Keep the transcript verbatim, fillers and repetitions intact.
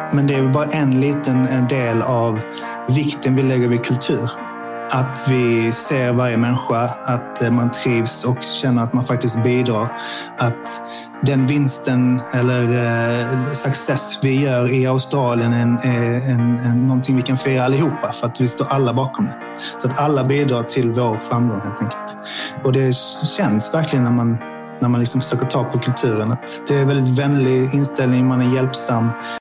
Men det är bara en liten en del av vikten vi lägger vid kultur. Att vi ser varje människa, att man trivs och känner att man faktiskt bidrar. Att den vinsten eller eh, success vi gör i Australien är, en, en, en, någonting vi kan fira allihopa för att vi står alla bakom det. Så att alla bidrar till vår framgång helt enkelt. Och det känns verkligen när man, när man liksom försöker ta på kulturen att det är väldigt vänlig inställning, man är hjälpsam.